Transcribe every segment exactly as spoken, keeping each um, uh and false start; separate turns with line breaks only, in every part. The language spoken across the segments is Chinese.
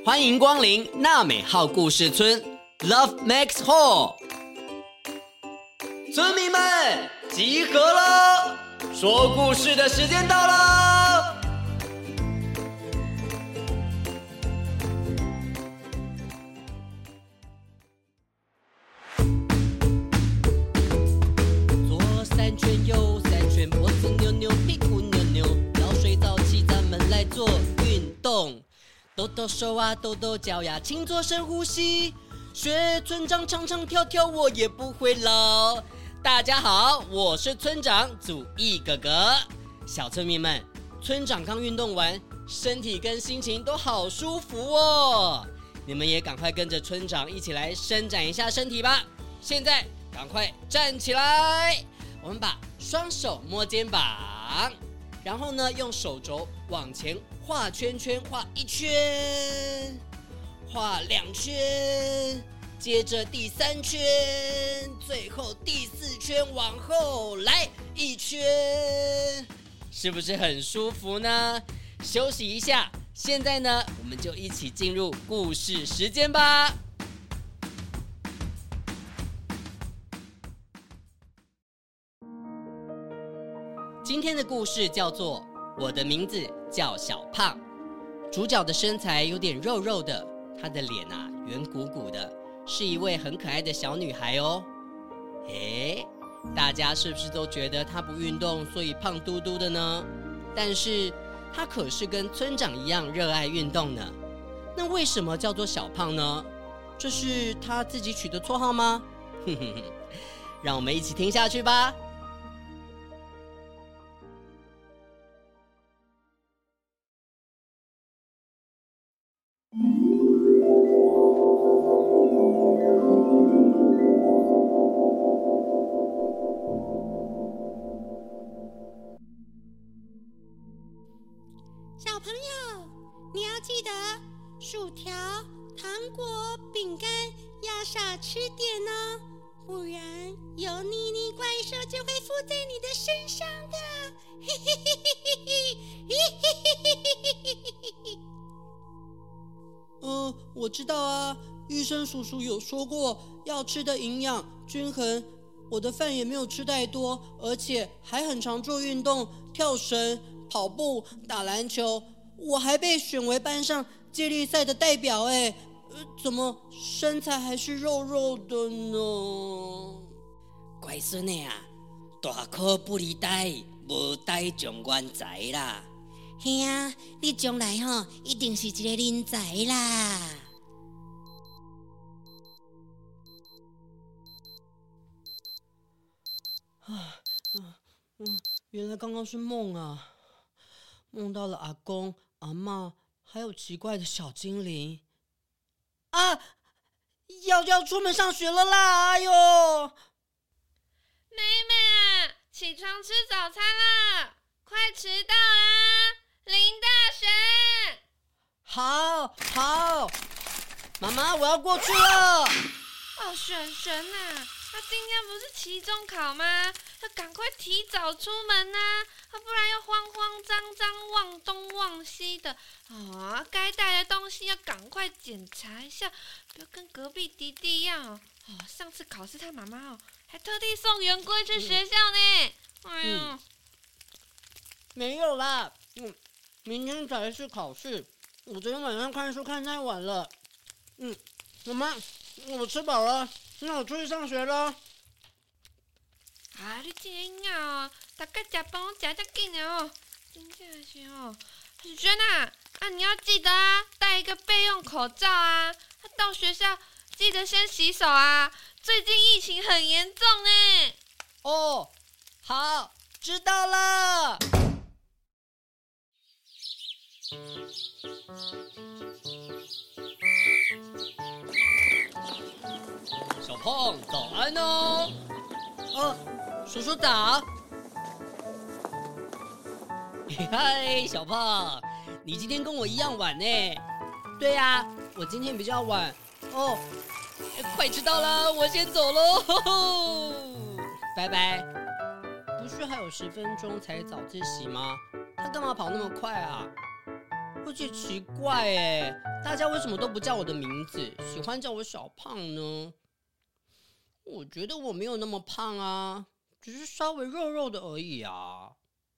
欢迎光临纳美号故事村 Love Max Hall。村民们集合了，说故事的时间到了。左三圈，右三圈，脖子扭扭，屁股扭扭，早睡早起，咱们来做运动。抖抖手啊，抖抖脚呀，请做深呼吸。学村长唱唱跳跳，我也不会老。大家好，我是村长祖义哥哥。小村民们，村长刚运动完，身体跟心情都好舒服哦。你们也赶快跟着村长一起来伸展一下身体吧。现在赶快站起来，我们把双手摸肩膀，然后呢，用手肘往前画圈圈，画一圈，画两圈，接着第三圈，最后第四圈，往后来一圈，是不是很舒服呢？休息一下，现在呢，我们就一起进入故事时间吧。今天的故事叫做我的名字叫小胖。主角的身材有点肉肉的，她的脸啊圆鼓鼓的，是一位很可爱的小女孩哦。诶，大家是不是都觉得她不运动，所以胖嘟嘟的呢？但是她可是跟村长一样热爱运动呢。那为什么叫做小胖呢？这是她自己取的绰号吗？哼哼哼，让我们一起听下去吧。
小朋友，你要记得薯条、糖果、饼干要少吃点哦，不然油腻腻怪兽就会附在你的身上的。嘿嘿嘿嘿嘿嘿嘿嘿嘿嘿。
呃，我知道啊，医生叔叔有说过要吃的营养均衡。我的饭也没有吃太多，而且还很常做运动，跳绳、跑步、打篮球，我还被选为班上接力赛的代表哎，呃，怎么身材还是肉肉的呢？
乖孙的啊，大可不离呆，无呆将冤才啦。
嘿啊，你将来吼一定是一个人才啦。
啊，嗯，原来刚刚是梦啊，梦到了阿公、阿嬷，还有奇怪的小精灵。啊，要要出门上学了啦！哎呦，
妹妹啊，起床吃早餐啦，快迟到啦！林大神，
好，好，妈妈，我要过去了。
哦，璇璇啊，他今天不是期中考吗？要赶快提早出门啊，不然要慌慌张张、忘东忘西的啊！该带的东西要赶快检查一下，不要跟隔壁弟弟一样哦。哦，上次考试他妈妈哦，还特地送圆规去学校呢。嗯、哎呦、嗯，
没有啦，嗯，明天才是考试。我昨天晚上看书看太晚了。嗯，妈妈，我吃饱了，那我出去上学了。
啊，你这个囡仔哦，大概吃饭都吃这么紧的哦，真正是哦。许娟啊，啊你要记得啊，戴一个备用口罩啊，到学校记得先洗手啊，最近疫情很严重哎。
哦，好，知道了。
小胖，早安哦！
哦，叔叔早。
嗨，小胖，你今天跟我一样晚呢。
对呀、啊，我今天比较晚。哦，
快迟到了，我先走喽，吼吼，
拜拜。不是还有十分钟才早自习吗？他干嘛跑那么快啊？
而且奇怪哎，大家为什么都不叫我的名字，喜欢叫我小胖呢？我觉得我没有那么胖啊，只是稍微肉肉的而已啊。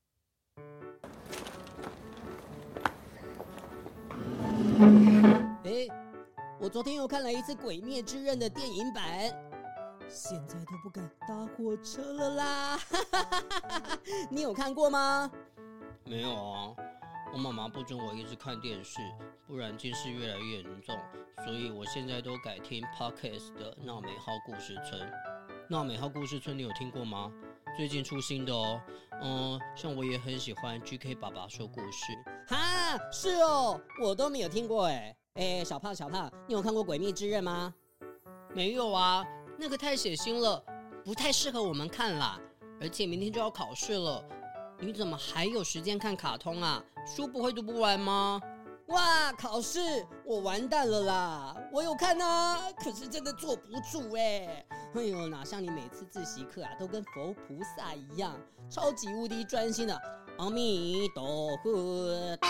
哎，我昨天又看了一次《鬼灭之刃》的电影版，现在都不敢搭火车了啦！你有看过吗？没有啊，我妈妈不准我一直看电视，不然近视越来越严重，所以我现在都改听 Podcast 的《闹美号故事村》。闹美号故事村你有听过吗？最近出新的哦。嗯，像我也很喜欢 G K 爸爸说故事。哈，是哦，我都没有听过哎。哎，小胖小胖，你有看过《鬼灭之刃》吗？没有啊，那个太血腥了，不太适合我们看啦。而且明天就要考试了，你怎么还有时间看卡通啊？书不会读不完吗？哇，考试我完蛋了啦！我有看啊，可是真的坐不住哎。哎呦，哪像你每次自习课啊，都跟佛菩萨一样，超级无敌专心的。阿弥陀佛，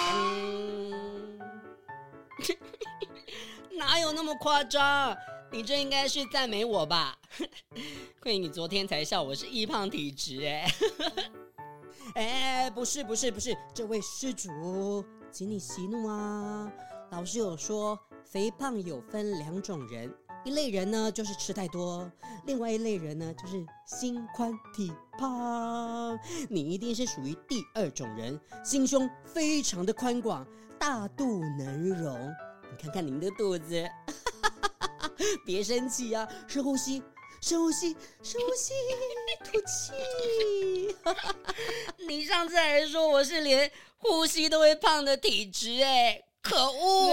哪有那么夸张？你这应该是赞美我吧？亏你昨天才笑我是易胖体质哎。哎，不是不是不是，这位施主，请你息怒啊！老师有说，肥胖有分两种人，一类人呢就是吃太多，另外一类人呢就是心宽体胖。你一定是属于第二种人，心胸非常的宽广，大肚能容。你看看您的肚子，别生气啊，深呼吸。深呼吸，深呼吸，吐气。你上次还说我是连呼吸都会胖的体质哎，可恶！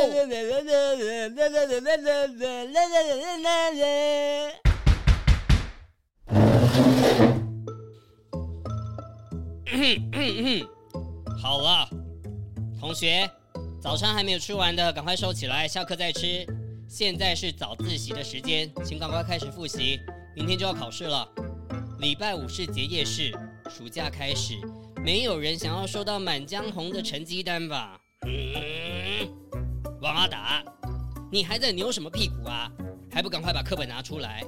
好了，同学，早餐还没有吃完的，赶快收起来，下课再吃。现在是早自习的时间，请赶快开始复习，明天就要考试了。礼拜五是结业式，暑假开始，没有人想要收到《满江红》的成绩单吧？嗯，王阿达，你还在扭什么屁股啊？还不赶快把课本拿出来！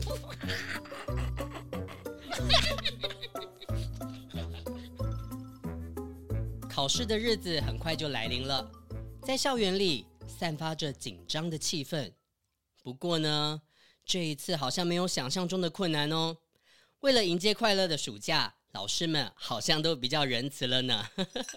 考试的日子很快就来临了，在校园里散发着紧张的气氛。不过呢，这一次好像没有想象中的困难哦。为了迎接快乐的暑假，老师们好像都比较仁慈了呢。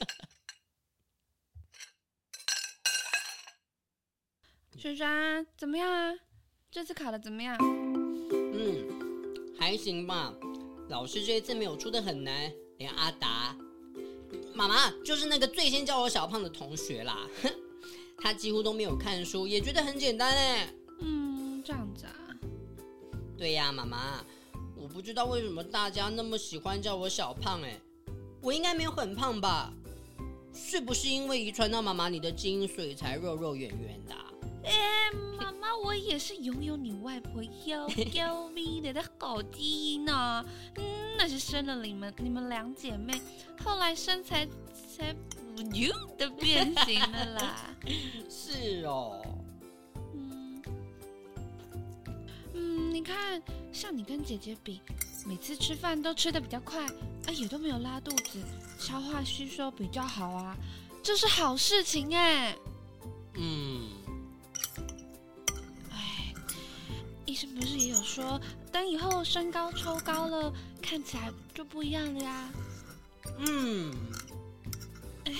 璇璇，怎么样啊？这次考得怎么样？
嗯，还行吧。老师这一次没有出得很难，连阿达，妈妈就是那个最先叫我小胖的同学啦。他几乎都没有看书，也觉得很简单哎。
嗯，这样子啊。
对呀，妈妈，我不知道为什么大家那么喜欢叫我小胖哎，我应该没有很胖吧？是不是因为遗传到妈妈你的基因，所以才肉肉圆圆的啊？
哎，妈妈，我也是拥有你外婆优优美的好基因呢。嗯，那是生了你们你们两姐妹，后来身材才不牛的变形了啦。
是哦。
嗯嗯，你看，像你跟姐姐比，每次吃饭都吃得比较快，啊，也都没有拉肚子，消化吸收比较好啊，这是好事情哎。
嗯。
医生不是也有说，等以后身高抽高了，看起来就不一样了呀。
嗯，
哎，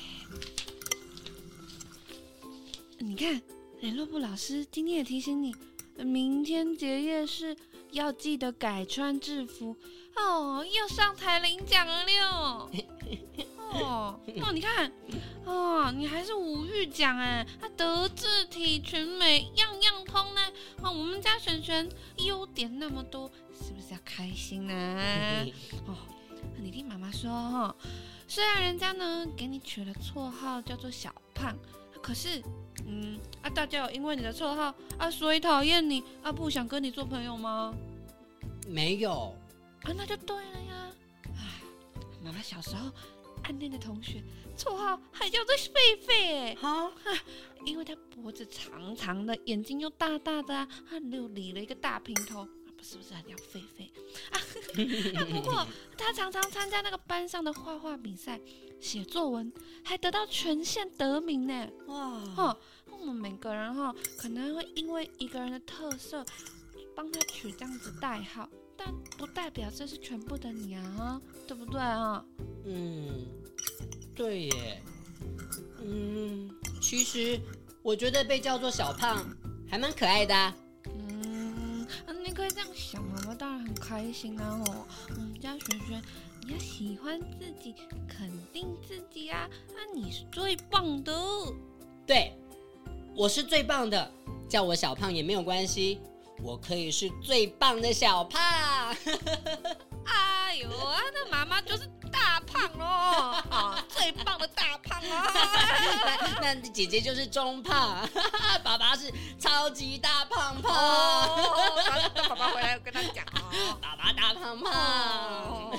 你看，联络部老师今天也提醒你，明天结业式要记得改穿制服哦，要上台领奖了溜。哦哦，你看，哦，你还是五育奖哎，他德智体群美样样通呢。哦，我们家璇璇优点那么多，是不是要开心呢？哦，你听妈妈说哈，虽然人家呢给你取了绰号叫做小胖，可是，嗯啊，大家有因为你的绰号啊，所以讨厌你啊，不想跟你做朋友吗？
没有
啊，那就对了呀。啊，妈妈小时候暗恋的同学，绰号还叫做狒狒哎，
哈，
因为他脖子长长的，眼睛又大大的啊，他又理了一个大平头。是不是很像狒狒啊？不过他常常参加那个班上的画画比赛、写作文，还得到全县得名呢。哇！哦，我们每个人哈、哦、可能会因为一个人的特色，帮他取这样子代号，但不代表这是全部的你啊，对不对啊？
嗯，对耶。嗯，其实我觉得被叫做小胖还蛮可爱的啊。
你可以这样想，妈妈当然很开心啊！哦，我们家璇璇，你要喜欢自己，肯定自己啊！啊，你是最棒的。
对，我是最棒的，叫我小胖也没有关系，我可以是最棒的小胖。
哎呦啊，那妈妈就是大胖咯，啊，最棒的大胖啊！
那, 那姐姐就是中胖，爸爸是超级大胖胖。
哦，等爸爸回来跟他讲哦，
爸爸大胖胖。哦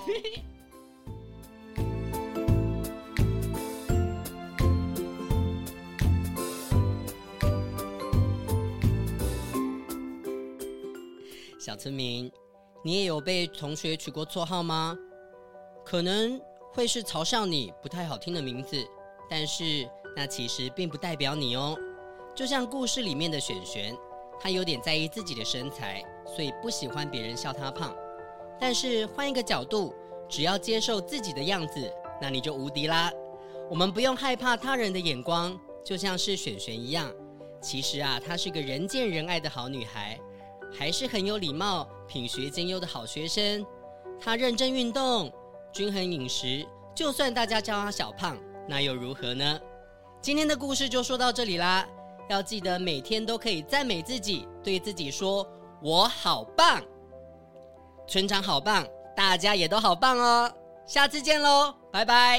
小村民，你也有被同学取过绰号吗？可能会是嘲笑你不太好听的名字，但是那其实并不代表你哦。就像故事里面的璇璇，她有点在意自己的身材，所以不喜欢别人笑她胖。但是换一个角度，只要接受自己的样子，那你就无敌啦。我们不用害怕他人的眼光，就像是璇璇一样。其实啊，她是个人见人爱的好女孩，还是很有礼貌、品学兼优的好学生。她认真运动，均衡饮食，就算大家叫她小胖，那又如何呢？今天的故事就说到这里啦，要记得每天都可以赞美自己，对自己说我好棒。村长好棒，大家也都好棒哦，下次见咯，拜拜。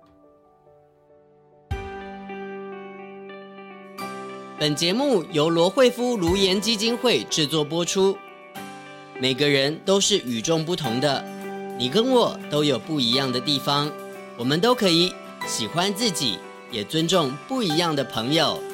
本节目由罗慧夫卢颜基金会制作播出。每个人都是与众不同的，你跟我都有不一样的地方，我们都可以喜欢自己，也尊重不一样的朋友。